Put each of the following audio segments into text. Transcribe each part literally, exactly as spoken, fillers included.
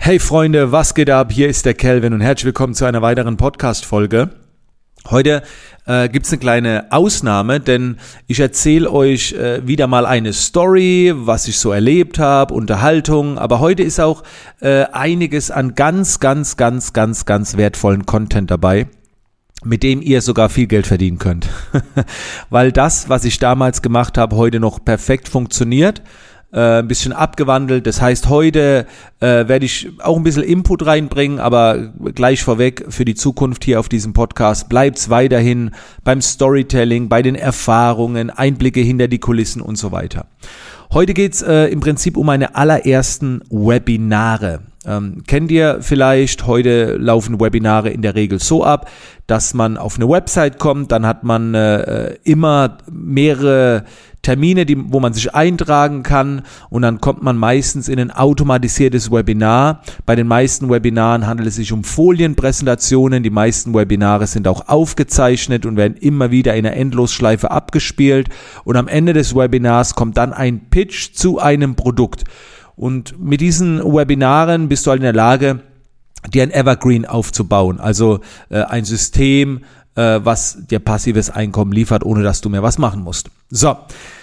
Hey Freunde, was geht ab? Hier ist der Kelvin und herzlich willkommen zu einer weiteren Podcast-Folge. Heute äh, gibt es eine kleine Ausnahme, denn ich erzähle euch äh, wieder mal eine Story, was ich so erlebt habe, Unterhaltung, aber heute ist auch äh, einiges an ganz, ganz, ganz, ganz, ganz wertvollen Content dabei, mit dem ihr sogar viel Geld verdienen könnt. Weil das, was ich damals gemacht habe, heute noch perfekt funktioniert. Äh, ein bisschen abgewandelt. Das heißt, heute äh, werde ich auch ein bisschen Input reinbringen, aber gleich vorweg für die Zukunft hier auf diesem Podcast bleibt's weiterhin beim Storytelling, bei den Erfahrungen, Einblicke hinter die Kulissen und so weiter. Heute geht's äh, im Prinzip um meine allerersten Webinare. Ähm, kennt ihr vielleicht, heute laufen Webinare in der Regel so ab, dass man auf eine Website kommt, dann hat man äh, immer mehrere Termine, die, wo man sich eintragen kann und dann kommt man meistens in ein automatisiertes Webinar. Bei den meisten Webinaren handelt es sich um Folienpräsentationen. Die meisten Webinare sind auch aufgezeichnet und werden immer wieder in einer Endlosschleife abgespielt und am Ende des Webinars kommt dann ein Pitch zu einem Produkt. Und mit diesen Webinaren bist du halt in der Lage, dir ein Evergreen aufzubauen, also äh, ein System, äh, was dir passives Einkommen liefert, ohne dass du mehr was machen musst. So,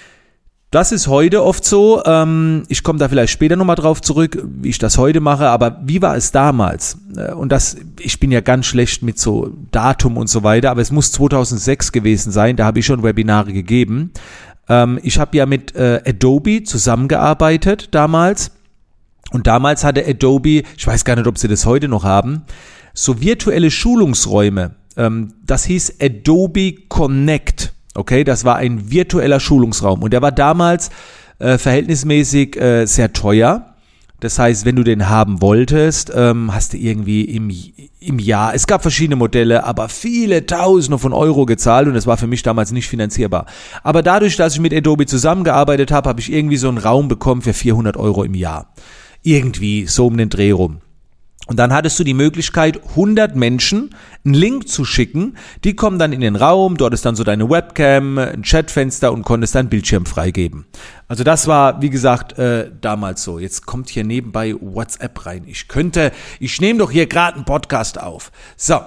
das ist heute oft so. Ähm, ich komme da vielleicht später nochmal drauf zurück, wie ich das heute mache, aber wie war es damals? Äh, und das, ich bin ja ganz schlecht mit so Datum und so weiter, aber es muss zweitausendsechs gewesen sein, da habe ich schon Webinare gegeben. Ähm, ich habe ja mit äh, Adobe zusammengearbeitet damals. Und damals hatte Adobe, ich weiß gar nicht, ob sie das heute noch haben, so virtuelle Schulungsräume. Ähm, das hieß Adobe Connect. Okay, das war ein virtueller Schulungsraum. Und der war damals äh, verhältnismäßig äh, sehr teuer. Das heißt, wenn du den haben wolltest, ähm, hast du irgendwie im, im Jahr, es gab verschiedene Modelle, aber viele Tausende von Euro gezahlt und das war für mich damals nicht finanzierbar. Aber dadurch, dass ich mit Adobe zusammengearbeitet habe, habe ich irgendwie so einen Raum bekommen für vierhundert Euro im Jahr. Irgendwie so um den Dreh rum. Und dann hattest du die Möglichkeit, hundert Menschen einen Link zu schicken. Die kommen dann in den Raum, dort ist dann so deine Webcam, ein Chatfenster und konntest deinen Bildschirm freigeben. Also das war, wie gesagt, äh, damals so. Jetzt kommt hier nebenbei WhatsApp rein. Ich könnte, ich nehme doch hier gerade einen Podcast auf. So,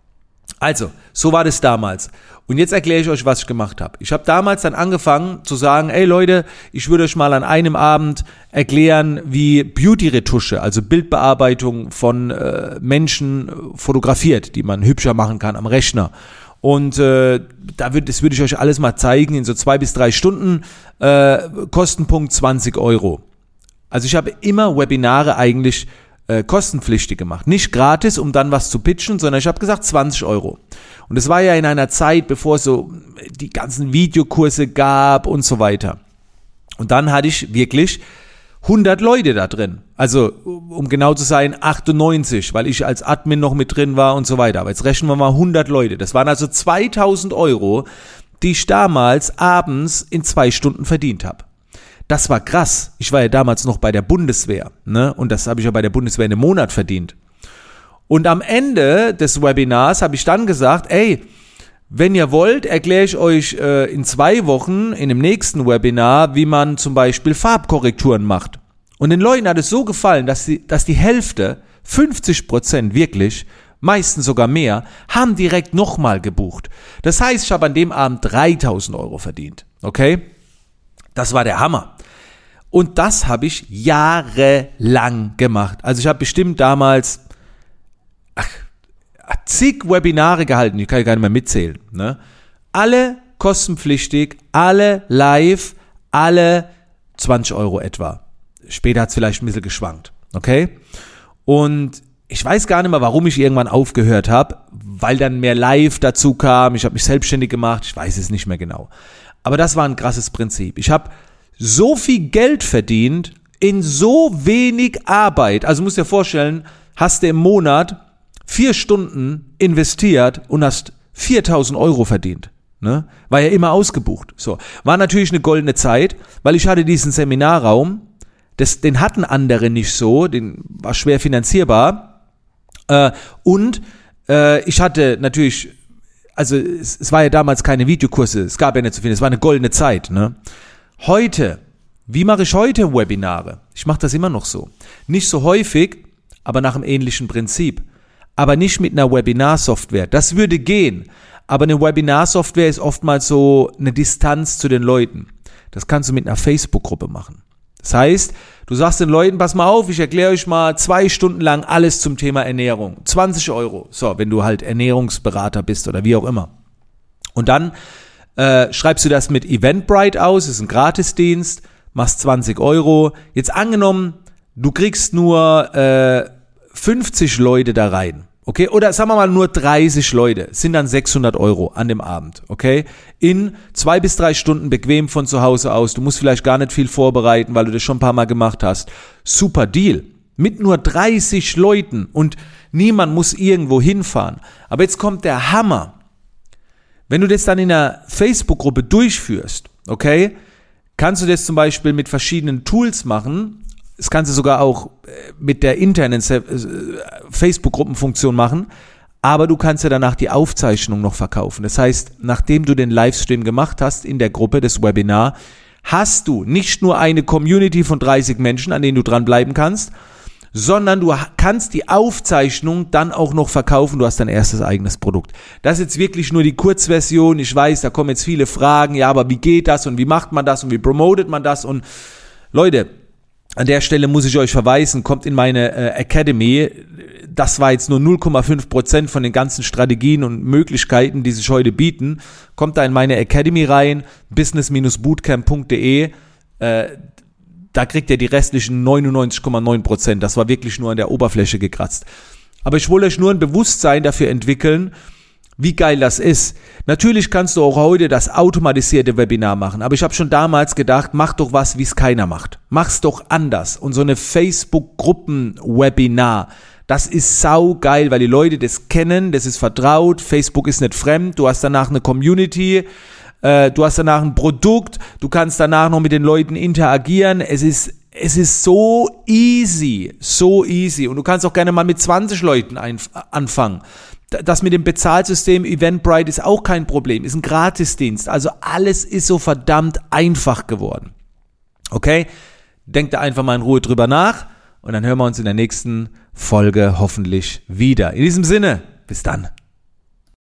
also, so war das damals. Und jetzt erkläre ich euch, was ich gemacht habe. Ich habe damals dann angefangen zu sagen, ey Leute, ich würde euch mal an einem Abend erklären, wie Beauty-Retusche, also Bildbearbeitung von äh, Menschen fotografiert, die man hübscher machen kann am Rechner. Und äh, da würd, das würde ich euch alles mal zeigen in so zwei bis drei Stunden, äh, Kostenpunkt zwanzig Euro. Also ich habe immer Webinare eigentlich äh, kostenpflichtig gemacht. Nicht gratis, um dann was zu pitchen, sondern ich habe gesagt zwanzig Euro. Und es war ja in einer Zeit, bevor es so die ganzen Videokurse gab und so weiter. Und dann hatte ich wirklich hundert Leute da drin. Also, um genau zu sein, achtundneunzig, weil ich als Admin noch mit drin war und so weiter. Aber jetzt rechnen wir mal hundert Leute. Das waren also zweitausend Euro, die ich damals abends in zwei Stunden verdient habe. Das war krass. Ich war ja damals noch bei der Bundeswehr, ne? Und das habe ich ja bei der Bundeswehr in einem Monat verdient. Und am Ende des Webinars habe ich dann gesagt, ey, wenn ihr wollt, erkläre ich euch äh, in zwei Wochen in dem nächsten Webinar, wie man zum Beispiel Farbkorrekturen macht. Und den Leuten hat es so gefallen, dass die, dass die Hälfte, fünfzig Prozent wirklich, meistens sogar mehr, haben direkt nochmal gebucht. Das heißt, ich habe an dem Abend dreitausend Euro verdient. Okay? Das war der Hammer. Und das habe ich jahrelang gemacht. Also ich habe bestimmt damals Ach, zig Webinare gehalten, ich kann gar nicht mehr mitzählen. Ne? Alle kostenpflichtig, alle live, alle zwanzig Euro etwa. Später hat es vielleicht ein bisschen geschwankt. Okay? Und ich weiß gar nicht mehr, warum ich irgendwann aufgehört habe, weil dann mehr live dazu kam, ich habe mich selbstständig gemacht, ich weiß es nicht mehr genau. Aber das war ein krasses Prinzip. Ich habe so viel Geld verdient in so wenig Arbeit. Also musst dir vorstellen, hast du im Monat vier Stunden investiert und hast viertausend Euro verdient. Ne? War ja immer ausgebucht. So. War natürlich eine goldene Zeit, weil ich hatte diesen Seminarraum, das, den hatten andere nicht so, den war schwer finanzierbar. Äh, und äh, ich hatte natürlich, also es, es war ja damals keine Videokurse, es gab ja nicht so viel, es war eine goldene Zeit. Ne? Heute, wie mache ich heute Webinare? Ich mache das immer noch so. Nicht so häufig, aber nach einem ähnlichen Prinzip. Aber nicht mit einer Webinar-Software. Das würde gehen. Aber eine Webinar-Software ist oftmals so eine Distanz zu den Leuten. Das kannst du mit einer Facebook-Gruppe machen. Das heißt, du sagst den Leuten, pass mal auf, ich erkläre euch mal zwei Stunden lang alles zum Thema Ernährung. zwanzig Euro. So, wenn du halt Ernährungsberater bist oder wie auch immer. Und dann äh, schreibst du das mit Eventbrite aus, ist ein Gratisdienst, machst zwanzig Euro. Jetzt angenommen, du kriegst nur äh, fünfzig Leute da rein. Okay, oder sagen wir mal nur dreißig Leute, sind dann sechshundert Euro an dem Abend, okay? In zwei bis drei Stunden bequem von zu Hause aus. Du musst vielleicht gar nicht viel vorbereiten, weil du das schon ein paar Mal gemacht hast. Super Deal. Mit nur dreißig Leuten und niemand muss irgendwo hinfahren. Aber jetzt kommt der Hammer. Wenn du das dann in einer Facebook-Gruppe durchführst, okay, kannst du das zum Beispiel mit verschiedenen Tools machen. Das kannst du sogar auch mit der internen Facebook-Gruppenfunktion machen, aber du kannst ja danach die Aufzeichnung noch verkaufen. Das heißt, nachdem du den Livestream gemacht hast in der Gruppe, das Webinar, hast du nicht nur eine Community von dreißig Menschen, an denen du dranbleiben kannst, sondern du kannst die Aufzeichnung dann auch noch verkaufen, du hast dein erstes eigenes Produkt. Das ist jetzt wirklich nur die Kurzversion, ich weiß, da kommen jetzt viele Fragen, ja, aber wie geht das und wie macht man das und wie promotet man das und Leute, an der Stelle muss ich euch verweisen, kommt in meine äh, Academy. Das war jetzt nur null Komma fünf Prozent von den ganzen Strategien und Möglichkeiten, die sich heute bieten. Kommt da in meine Academy rein, business Bindestrich bootcamp Punkt de. Äh, da kriegt ihr die restlichen neunundneunzig Komma neun Prozent. Das war wirklich nur an der Oberfläche gekratzt. Aber ich wollte euch nur ein Bewusstsein dafür entwickeln, wie geil das ist. Natürlich kannst du auch heute das automatisierte Webinar machen, aber ich habe schon damals gedacht, mach doch was, wie es keiner macht. Mach's doch anders. Und so eine Facebook-Gruppen-Webinar, das ist saugeil, weil die Leute das kennen, das ist vertraut, Facebook ist nicht fremd, du hast danach eine Community, äh, du hast danach ein Produkt, du kannst danach noch mit den Leuten interagieren, es ist Es ist so easy, so easy und du kannst auch gerne mal mit zwanzig Leuten ein, anfangen. Das mit dem Bezahlsystem Eventbrite ist auch kein Problem, ist ein Gratisdienst. Also alles ist so verdammt einfach geworden. Okay? Denkt da einfach mal in Ruhe drüber nach und dann hören wir uns in der nächsten Folge hoffentlich wieder. In diesem Sinne, bis dann.